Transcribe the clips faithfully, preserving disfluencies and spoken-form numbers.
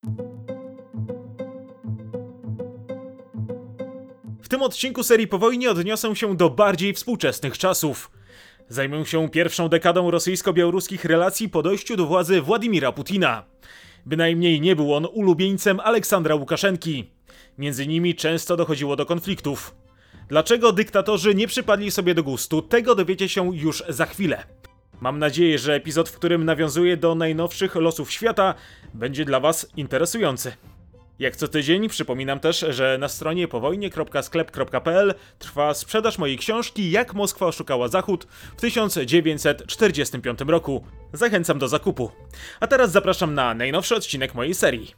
W tym odcinku serii Po wojnie odniosę się do bardziej współczesnych czasów. Zajmę się pierwszą dekadą rosyjsko-białoruskich relacji po dojściu do władzy Władimira Putina. Bynajmniej nie był on ulubieńcem Aleksandra Łukaszenki. Między nimi często dochodziło do konfliktów. Dlaczego dyktatorzy nie przypadli sobie do gustu, tego dowiecie się już za chwilę. Mam nadzieję, że epizod, w którym nawiązuję do najnowszych losów świata, będzie dla was interesujący. Jak co tydzień przypominam też, że na stronie powojnie kropka sklep kropka pe el trwa sprzedaż mojej książki Jak Moskwa oszukała Zachód w tysiąc dziewięćset czterdziestym piątym roku. Zachęcam do zakupu. A teraz zapraszam na najnowszy odcinek mojej serii.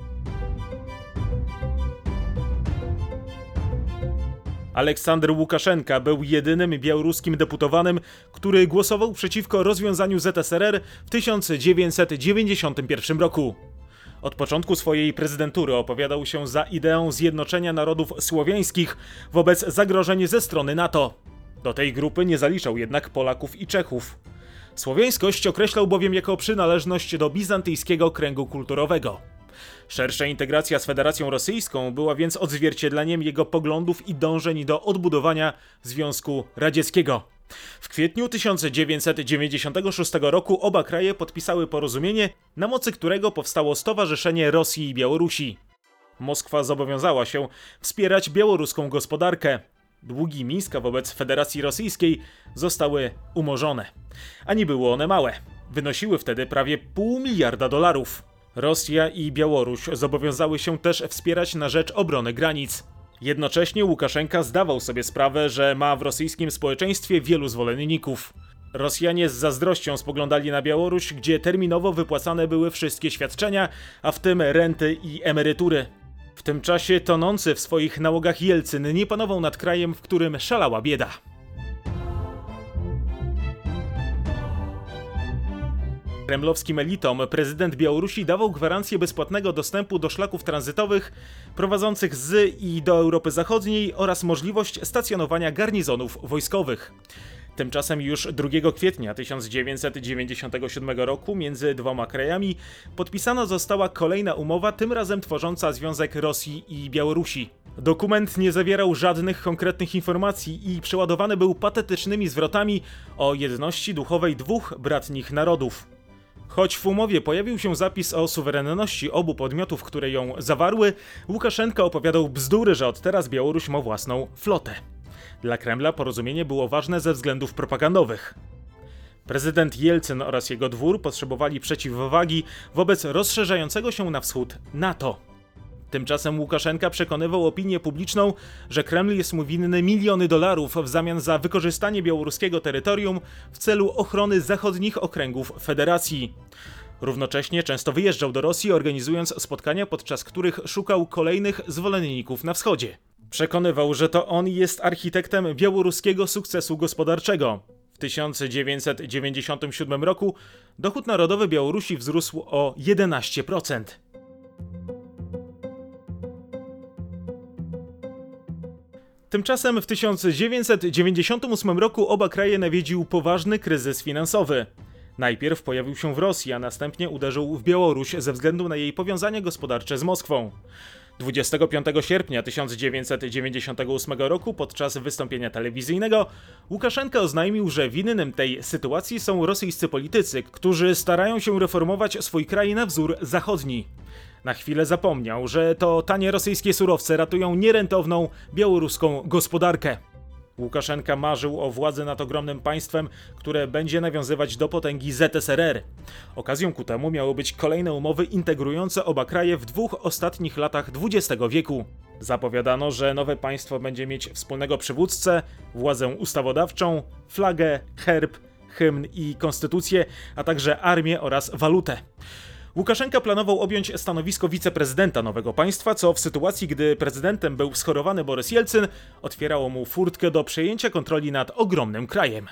Aleksander Łukaszenka był jedynym białoruskim deputowanym, który głosował przeciwko rozwiązaniu zet es er er w tysiąc dziewięćset dziewięćdziesiątym pierwszym roku. Od początku swojej prezydentury opowiadał się za ideą zjednoczenia narodów słowiańskich wobec zagrożeń ze strony NATO. Do tej grupy nie zaliczał jednak Polaków i Czechów. Słowiańskość określał bowiem jako przynależność do bizantyjskiego kręgu kulturowego. Szersza integracja z Federacją Rosyjską była więc odzwierciedleniem jego poglądów i dążeń do odbudowania Związku Radzieckiego. W kwietniu tysiąc dziewięćset dziewięćdziesiątego szóstego roku oba kraje podpisały porozumienie, na mocy którego powstało Stowarzyszenie Rosji i Białorusi. Moskwa zobowiązała się wspierać białoruską gospodarkę. Długi Mińska wobec Federacji Rosyjskiej zostały umorzone. A nie były one małe. Wynosiły wtedy prawie pół miliarda dolarów. Rosja i Białoruś zobowiązały się też wspierać na rzecz obrony granic. Jednocześnie Łukaszenka zdawał sobie sprawę, że ma w rosyjskim społeczeństwie wielu zwolenników. Rosjanie z zazdrością spoglądali na Białoruś, gdzie terminowo wypłacane były wszystkie świadczenia, a w tym renty i emerytury. W tym czasie tonący w swoich nałogach Jelcyn nie panował nad krajem, w którym szalała bieda. Kremlowskim elitom prezydent Białorusi dawał gwarancję bezpłatnego dostępu do szlaków tranzytowych prowadzących z i do Europy Zachodniej oraz możliwość stacjonowania garnizonów wojskowych. Tymczasem już drugiego kwietnia tysiąc dziewięćset dziewięćdziesiątego siódmego roku między dwoma krajami podpisana została kolejna umowa, tym razem tworząca Związek Rosji i Białorusi. Dokument nie zawierał żadnych konkretnych informacji i przeładowany był patetycznymi zwrotami o jedności duchowej dwóch bratnich narodów. Choć w umowie pojawił się zapis o suwerenności obu podmiotów, które ją zawarły, Łukaszenka opowiadał bzdury, że od teraz Białoruś ma własną flotę. Dla Kremla porozumienie było ważne ze względów propagandowych. Prezydent Jelcyn oraz jego dwór potrzebowali przeciwwagi wobec rozszerzającego się na wschód NATO. Tymczasem Łukaszenka przekonywał opinię publiczną, że Kreml jest mu winny miliony dolarów w zamian za wykorzystanie białoruskiego terytorium w celu ochrony zachodnich okręgów federacji. Równocześnie często wyjeżdżał do Rosji, organizując spotkania, podczas których szukał kolejnych zwolenników na wschodzie. Przekonywał, że to on jest architektem białoruskiego sukcesu gospodarczego. W tysiąc dziewięćset dziewięćdziesiątym siódmym roku dochód narodowy Białorusi wzrósł o jedenaście procent. Tymczasem w tysiąc dziewięćset dziewięćdziesiątym ósmym roku oba kraje nawiedził poważny kryzys finansowy. Najpierw pojawił się w Rosji, a następnie uderzył w Białoruś ze względu na jej powiązanie gospodarcze z Moskwą. dwudziestego piątego sierpnia tysiąc dziewięćset dziewięćdziesiątego ósmego roku podczas wystąpienia telewizyjnego Łukaszenka oznajmił, że winnym tej sytuacji są rosyjscy politycy, którzy starają się reformować swój kraj na wzór zachodni. Na chwilę zapomniał, że to tanie rosyjskie surowce ratują nierentowną białoruską gospodarkę. Łukaszenka marzył o władzy nad ogromnym państwem, które będzie nawiązywać do potęgi zet es er er. Okazją ku temu miały być kolejne umowy integrujące oba kraje w dwóch ostatnich latach dwudziestego wieku. Zapowiadano, że nowe państwo będzie mieć wspólnego przywódcę, władzę ustawodawczą, flagę, herb, hymn i konstytucję, a także armię oraz walutę. Łukaszenka planował objąć stanowisko wiceprezydenta nowego państwa, co w sytuacji, gdy prezydentem był schorowany Borys Jelcyn, otwierało mu furtkę do przejęcia kontroli nad ogromnym krajem.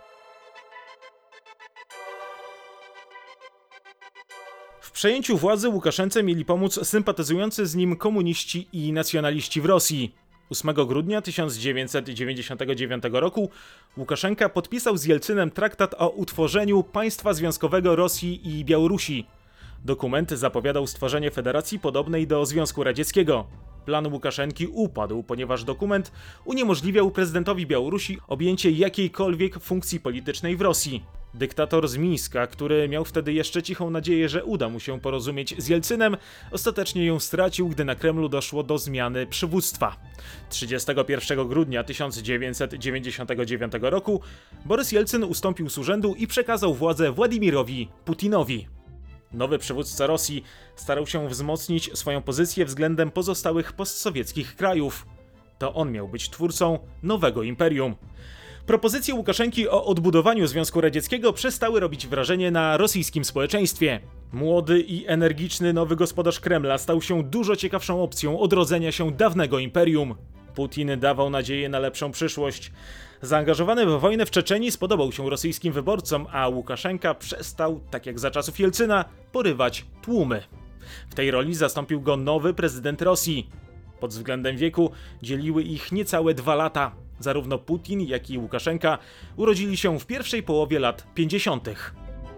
W przejęciu władzy Łukaszence mieli pomóc sympatyzujący z nim komuniści i nacjonaliści w Rosji. ósmego grudnia tysiąc dziewięćset dziewięćdziesiątego dziewiątego roku Łukaszenka podpisał z Jelcynem traktat o utworzeniu państwa związkowego Rosji i Białorusi. Dokument zapowiadał stworzenie federacji podobnej do Związku Radzieckiego. Plan Łukaszenki upadł, ponieważ dokument uniemożliwiał prezydentowi Białorusi objęcie jakiejkolwiek funkcji politycznej w Rosji. Dyktator z Mińska, który miał wtedy jeszcze cichą nadzieję, że uda mu się porozumieć z Jelcynem, ostatecznie ją stracił, gdy na Kremlu doszło do zmiany przywództwa. trzydziestego pierwszego grudnia tysiąc dziewięćset dziewięćdziesiątego dziewiątego roku Borys Jelcyn ustąpił z urzędu i przekazał władzę Władimirowi Putinowi. Nowy przywódca Rosji starał się wzmocnić swoją pozycję względem pozostałych postsowieckich krajów. To on miał być twórcą nowego imperium. Propozycje Łukaszenki o odbudowaniu Związku Radzieckiego przestały robić wrażenie na rosyjskim społeczeństwie. Młody i energiczny nowy gospodarz Kremla stał się dużo ciekawszą opcją odrodzenia się dawnego imperium. Putin dawał nadzieję na lepszą przyszłość. Zaangażowany w wojnę w Czeczenii spodobał się rosyjskim wyborcom, a Łukaszenka przestał, tak jak za czasów Jelcyna, porywać tłumy. W tej roli zastąpił go nowy prezydent Rosji. Pod względem wieku dzieliły ich niecałe dwa lata. Zarówno Putin, jak i Łukaszenka urodzili się w pierwszej połowie lat pięćdziesiątych.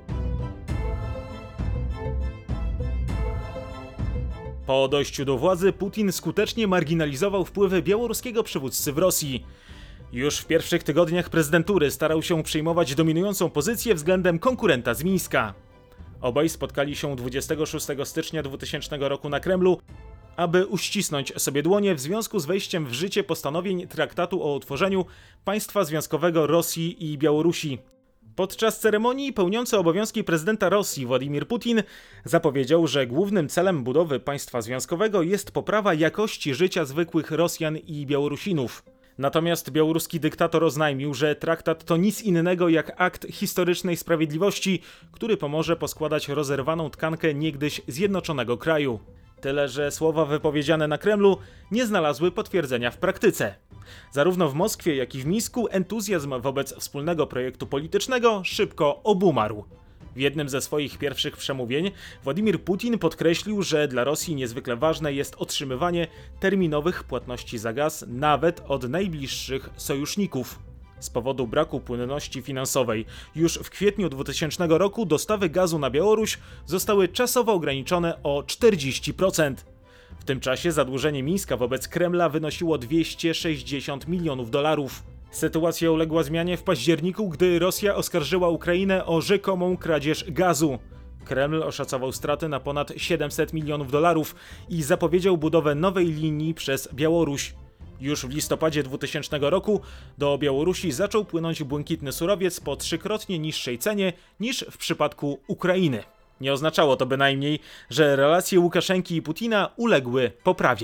Po dojściu do władzy Putin skutecznie marginalizował wpływy białoruskiego przywódcy w Rosji. Już w pierwszych tygodniach prezydentury starał się przejmować dominującą pozycję względem konkurenta z Mińska. Obaj spotkali się dwudziestego szóstego stycznia dwutysięcznego roku na Kremlu, aby uścisnąć sobie dłonie w związku z wejściem w życie postanowień traktatu o utworzeniu państwa związkowego Rosji i Białorusi. Podczas ceremonii pełniący obowiązki prezydenta Rosji Władimir Putin zapowiedział, że głównym celem budowy państwa związkowego jest poprawa jakości życia zwykłych Rosjan i Białorusinów. Natomiast białoruski dyktator oznajmił, że traktat to nic innego jak akt historycznej sprawiedliwości, który pomoże poskładać rozerwaną tkankę niegdyś zjednoczonego kraju. Tyle, że słowa wypowiedziane na Kremlu nie znalazły potwierdzenia w praktyce. Zarówno w Moskwie, jak i w Mińsku entuzjazm wobec wspólnego projektu politycznego szybko obumarł. W jednym ze swoich pierwszych przemówień Władimir Putin podkreślił, że dla Rosji niezwykle ważne jest otrzymywanie terminowych płatności za gaz nawet od najbliższych sojuszników. Z powodu braku płynności finansowej już w kwietniu dwutysięcznego roku dostawy gazu na Białoruś zostały czasowo ograniczone o czterdzieści procent. W tym czasie zadłużenie Mińska wobec Kremla wynosiło dwieście sześćdziesiąt milionów dolarów. Sytuacja uległa zmianie w październiku, gdy Rosja oskarżyła Ukrainę o rzekomą kradzież gazu. Kreml oszacował straty na ponad siedemset milionów dolarów i zapowiedział budowę nowej linii przez Białoruś. Już w listopadzie dwutysięcznego roku do Białorusi zaczął płynąć błękitny surowiec po trzykrotnie niższej cenie niż w przypadku Ukrainy. Nie oznaczało to bynajmniej, że relacje Łukaszenki i Putina uległy poprawie.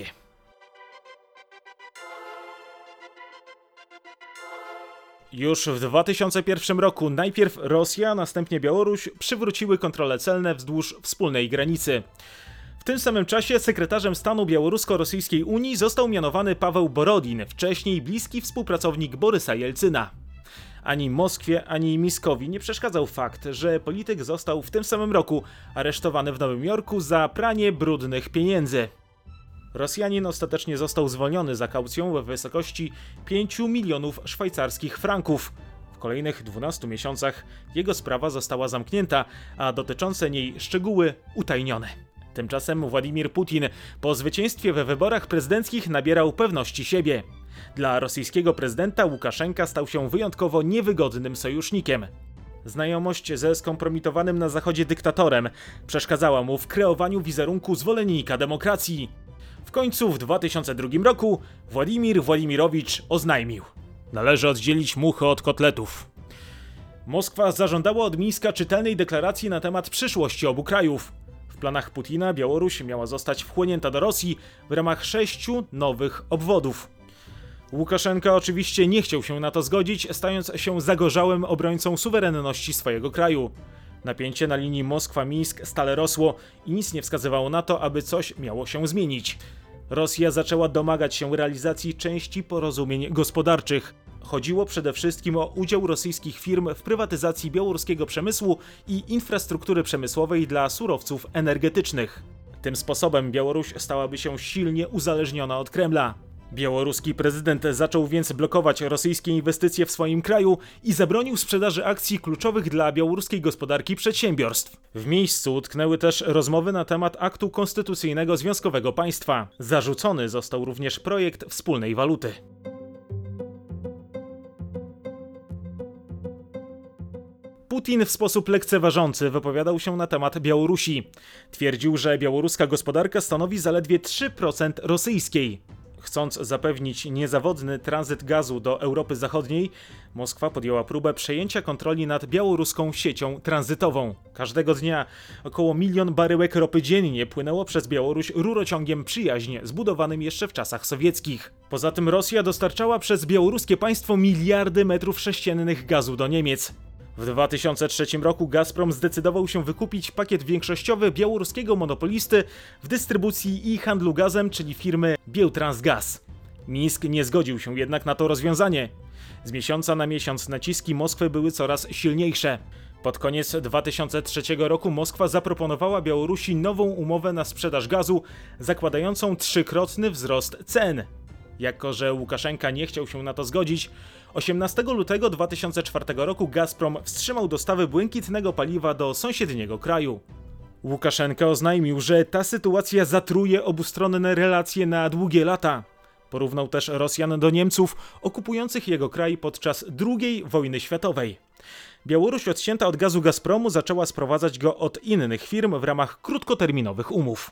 Już w dwa tysiące pierwszym roku najpierw Rosja, następnie Białoruś przywróciły kontrole celne wzdłuż wspólnej granicy. W tym samym czasie sekretarzem stanu białorusko-rosyjskiej Unii został mianowany Paweł Borodin, wcześniej bliski współpracownik Borysa Jelcyna. Ani Moskwie, ani Mińskowi nie przeszkadzał fakt, że polityk został w tym samym roku aresztowany w Nowym Jorku za pranie brudnych pieniędzy. Rosjanin ostatecznie został zwolniony za kaucją w wysokości pięciu milionów szwajcarskich franków. W kolejnych dwunastu miesiącach jego sprawa została zamknięta, a dotyczące niej szczegóły utajnione. Tymczasem Władimir Putin po zwycięstwie we wyborach prezydenckich nabierał pewności siebie. Dla rosyjskiego prezydenta Łukaszenka stał się wyjątkowo niewygodnym sojusznikiem. Znajomość ze skompromitowanym na zachodzie dyktatorem przeszkadzała mu w kreowaniu wizerunku zwolennika demokracji. W końcu w dwa tysiące drugim roku Władimir Władimirowicz oznajmił: należy oddzielić muchy od kotletów. Moskwa zażądała od Mińska czytelnej deklaracji na temat przyszłości obu krajów. W planach Putina Białoruś miała zostać wchłonięta do Rosji w ramach sześciu nowych obwodów. Łukaszenka oczywiście nie chciał się na to zgodzić, stając się zagorzałym obrońcą suwerenności swojego kraju. Napięcie na linii Moskwa-Mińsk stale rosło i nic nie wskazywało na to, aby coś miało się zmienić. Rosja zaczęła domagać się realizacji części porozumień gospodarczych. Chodziło przede wszystkim o udział rosyjskich firm w prywatyzacji białoruskiego przemysłu i infrastruktury przemysłowej dla surowców energetycznych. Tym sposobem Białoruś stałaby się silnie uzależniona od Kremla. Białoruski prezydent zaczął więc blokować rosyjskie inwestycje w swoim kraju i zabronił sprzedaży akcji kluczowych dla białoruskiej gospodarki przedsiębiorstw. W miejscu utknęły też rozmowy na temat aktu konstytucyjnego Związkowego Państwa. Zarzucony został również projekt wspólnej waluty. Putin w sposób lekceważący wypowiadał się na temat Białorusi. Twierdził, że białoruska gospodarka stanowi zaledwie trzy procent rosyjskiej. Chcąc zapewnić niezawodny tranzyt gazu do Europy Zachodniej, Moskwa podjęła próbę przejęcia kontroli nad białoruską siecią tranzytową. Każdego dnia około milion baryłek ropy dziennie płynęło przez Białoruś rurociągiem Przyjaźń, zbudowanym jeszcze w czasach sowieckich. Poza tym Rosja dostarczała przez białoruskie państwo miliardy metrów sześciennych gazu do Niemiec. W dwa tysiące trzecim roku Gazprom zdecydował się wykupić pakiet większościowy białoruskiego monopolisty w dystrybucji i handlu gazem, czyli firmy Biełtransgaz. Mińsk nie zgodził się jednak na to rozwiązanie. Z miesiąca na miesiąc naciski Moskwy były coraz silniejsze. Pod koniec dwa tysiące trzeciego roku Moskwa zaproponowała Białorusi nową umowę na sprzedaż gazu, zakładającą trzykrotny wzrost cen. Jako że Łukaszenka nie chciał się na to zgodzić, osiemnastego lutego dwa tysiące czwartego roku Gazprom wstrzymał dostawy błękitnego paliwa do sąsiedniego kraju. Łukaszenka oznajmił, że ta sytuacja zatruje obustronne relacje na długie lata. Porównał też Rosjan do Niemców okupujących jego kraj podczas drugiej wojny światowej. Białoruś odcięta od gazu Gazpromu zaczęła sprowadzać go od innych firm w ramach krótkoterminowych umów.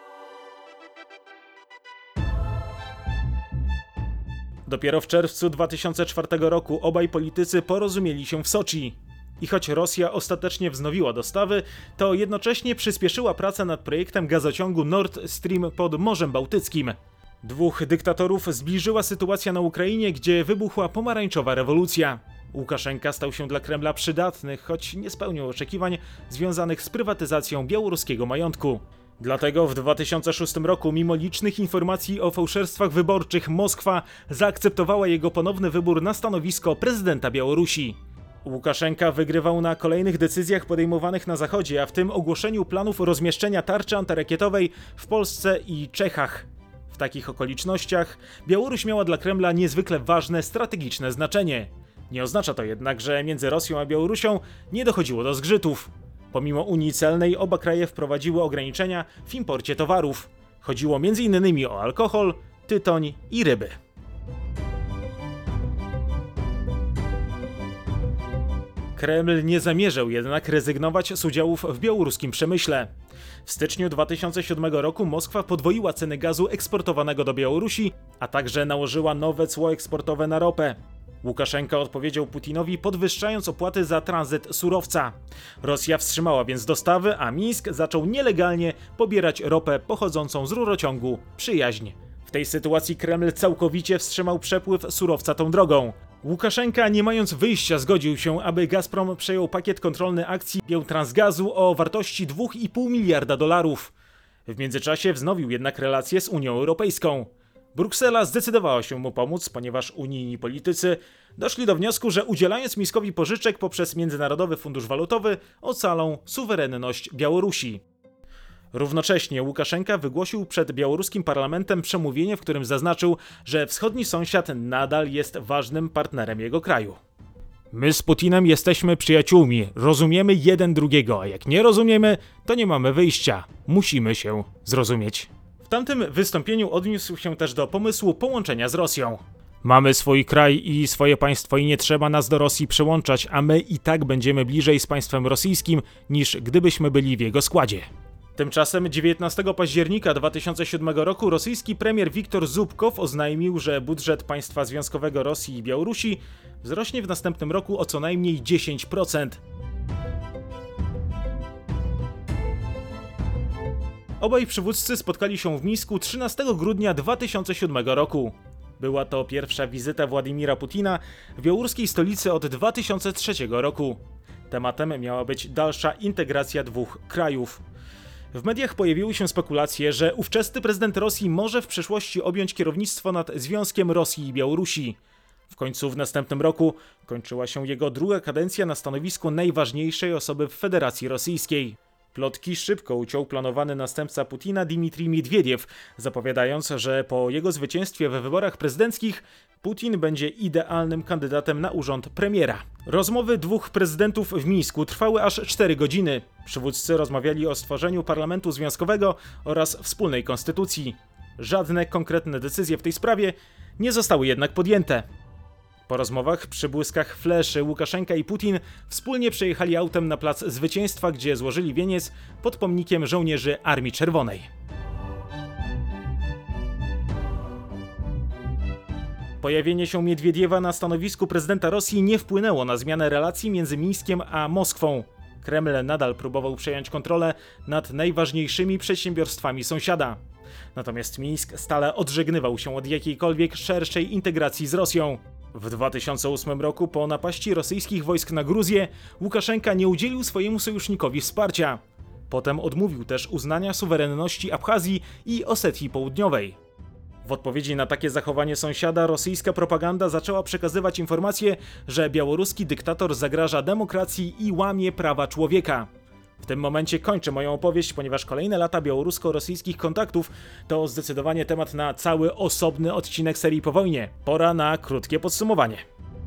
Dopiero w czerwcu dwa tysiące czwartego roku obaj politycy porozumieli się w Soczi. I choć Rosja ostatecznie wznowiła dostawy, to jednocześnie przyspieszyła pracę nad projektem gazociągu Nord Stream pod Morzem Bałtyckim. Dwóch dyktatorów zbliżyła sytuacja na Ukrainie, gdzie wybuchła pomarańczowa rewolucja. Łukaszenka stał się dla Kremla przydatny, choć nie spełnił oczekiwań związanych z prywatyzacją białoruskiego majątku. Dlatego w dwa tysiące szóstym roku, mimo licznych informacji o fałszerstwach wyborczych, Moskwa zaakceptowała jego ponowny wybór na stanowisko prezydenta Białorusi. Łukaszenka wygrywał na kolejnych decyzjach podejmowanych na Zachodzie, a w tym ogłoszeniu planów rozmieszczenia tarczy antyrakietowej w Polsce i Czechach. W takich okolicznościach Białoruś miała dla Kremla niezwykle ważne strategiczne znaczenie. Nie oznacza to jednak, że między Rosją a Białorusią nie dochodziło do zgrzytów. Pomimo Unii Celnej oba kraje wprowadziły ograniczenia w imporcie towarów. Chodziło między innymi o alkohol, tytoń i ryby. Kreml nie zamierzał jednak rezygnować z udziałów w białoruskim przemyśle. W styczniu dwa tysiące siódmego roku Moskwa podwoiła ceny gazu eksportowanego do Białorusi, a także nałożyła nowe cło eksportowe na ropę. Łukaszenka odpowiedział Putinowi, podwyższając opłaty za tranzyt surowca. Rosja wstrzymała więc dostawy, a Mińsk zaczął nielegalnie pobierać ropę pochodzącą z rurociągu Przyjaźń. W tej sytuacji Kreml całkowicie wstrzymał przepływ surowca tą drogą. Łukaszenka, nie mając wyjścia, zgodził się, aby Gazprom przejął pakiet kontrolny akcji Biełtransgazu o wartości dwa i pół miliarda dolarów. W międzyczasie wznowił jednak relacje z Unią Europejską. Bruksela zdecydowała się mu pomóc, ponieważ unijni politycy doszli do wniosku, że udzielając Mińskowi pożyczek poprzez Międzynarodowy Fundusz Walutowy ocalą suwerenność Białorusi. Równocześnie Łukaszenka wygłosił przed białoruskim parlamentem przemówienie, w którym zaznaczył, że wschodni sąsiad nadal jest ważnym partnerem jego kraju. My z Putinem jesteśmy przyjaciółmi, rozumiemy jeden drugiego, a jak nie rozumiemy, to nie mamy wyjścia. Musimy się zrozumieć. W tamtym wystąpieniu odniósł się też do pomysłu połączenia z Rosją. Mamy swój kraj i swoje państwo i nie trzeba nas do Rosji przyłączać, a my i tak będziemy bliżej z państwem rosyjskim, niż gdybyśmy byli w jego składzie. Tymczasem dziewiętnastego października dwa tysiące siódmego roku rosyjski premier Wiktor Zubkow oznajmił, że budżet państwa związkowego Rosji i Białorusi wzrośnie w następnym roku o co najmniej dziesięć procent. Obaj przywódcy spotkali się w Mińsku trzynastego grudnia dwa tysiące siódmego roku. Była to pierwsza wizyta Władimira Putina w białoruskiej stolicy od dwa tysiące trzeciego roku. Tematem miała być dalsza integracja dwóch krajów. W mediach pojawiły się spekulacje, że ówczesny prezydent Rosji może w przyszłości objąć kierownictwo nad Związkiem Rosji i Białorusi. W końcu w następnym roku kończyła się jego druga kadencja na stanowisku najważniejszej osoby w Federacji Rosyjskiej. Plotki szybko uciął planowany następca Putina Dmitrij Miedwiediew, zapowiadając, że po jego zwycięstwie we wyborach prezydenckich Putin będzie idealnym kandydatem na urząd premiera. Rozmowy dwóch prezydentów w Mińsku trwały aż cztery godziny. Przywódcy rozmawiali o stworzeniu parlamentu związkowego oraz wspólnej konstytucji. Żadne konkretne decyzje w tej sprawie nie zostały jednak podjęte. Po rozmowach przy błyskach fleszy Łukaszenka i Putin wspólnie przejechali autem na plac Zwycięstwa, gdzie złożyli wieniec pod pomnikiem żołnierzy Armii Czerwonej. Pojawienie się Miedwiediewa na stanowisku prezydenta Rosji nie wpłynęło na zmianę relacji między Mińskiem a Moskwą. Kreml nadal próbował przejąć kontrolę nad najważniejszymi przedsiębiorstwami sąsiada. Natomiast Mińsk stale odżegnywał się od jakiejkolwiek szerszej integracji z Rosją. W dwa tysiące ósmym roku po napaści rosyjskich wojsk na Gruzję Łukaszenka nie udzielił swojemu sojusznikowi wsparcia. Potem odmówił też uznania suwerenności Abchazji i Osetii Południowej. W odpowiedzi na takie zachowanie sąsiada rosyjska propaganda zaczęła przekazywać informacje, że białoruski dyktator zagraża demokracji i łamie prawa człowieka. W tym momencie kończę moją opowieść, ponieważ kolejne lata białorusko-rosyjskich kontaktów to zdecydowanie temat na cały osobny odcinek serii Po wojnie. Pora na krótkie podsumowanie.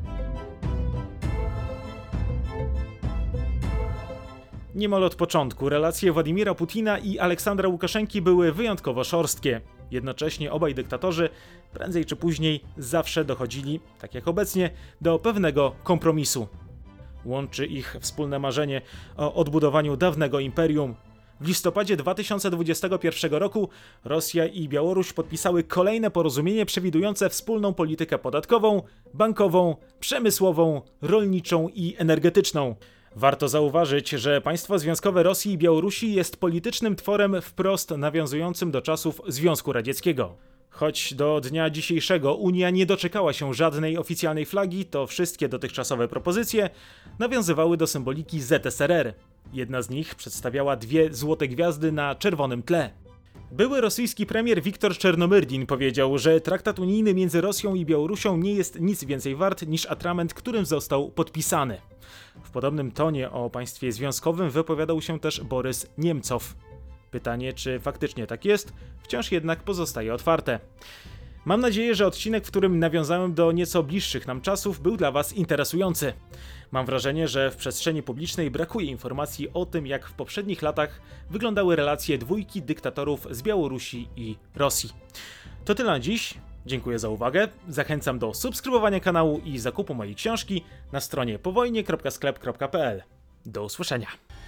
Niemal od początku relacje Władimira Putina i Aleksandra Łukaszenki były wyjątkowo szorstkie. Jednocześnie obaj dyktatorzy prędzej czy później zawsze dochodzili, tak jak obecnie, do pewnego kompromisu. Łączy ich wspólne marzenie o odbudowaniu dawnego imperium. W listopadzie dwa tysiące dwudziestego pierwszego roku Rosja i Białoruś podpisały kolejne porozumienie przewidujące wspólną politykę podatkową, bankową, przemysłową, rolniczą i energetyczną. Warto zauważyć, że państwo związkowe Rosji i Białorusi jest politycznym tworem wprost nawiązującym do czasów Związku Radzieckiego. Choć do dnia dzisiejszego Unia nie doczekała się żadnej oficjalnej flagi, to wszystkie dotychczasowe propozycje nawiązywały do symboliki Z S R R. Jedna z nich przedstawiała dwie złote gwiazdy na czerwonym tle. Były rosyjski premier Wiktor Czernomyrdin powiedział, że traktat unijny między Rosją i Białorusią nie jest nic więcej wart niż atrament, którym został podpisany. W podobnym tonie o państwie związkowym wypowiadał się też Borys Niemcow. Pytanie, czy faktycznie tak jest, wciąż jednak pozostaje otwarte. Mam nadzieję, że odcinek, w którym nawiązałem do nieco bliższych nam czasów, był dla Was interesujący. Mam wrażenie, że w przestrzeni publicznej brakuje informacji o tym, jak w poprzednich latach wyglądały relacje dwójki dyktatorów z Białorusi i Rosji. To tyle na dziś. Dziękuję za uwagę. Zachęcam do subskrybowania kanału i zakupu mojej książki na stronie powojnie kropka sklep kropka p l. Do usłyszenia.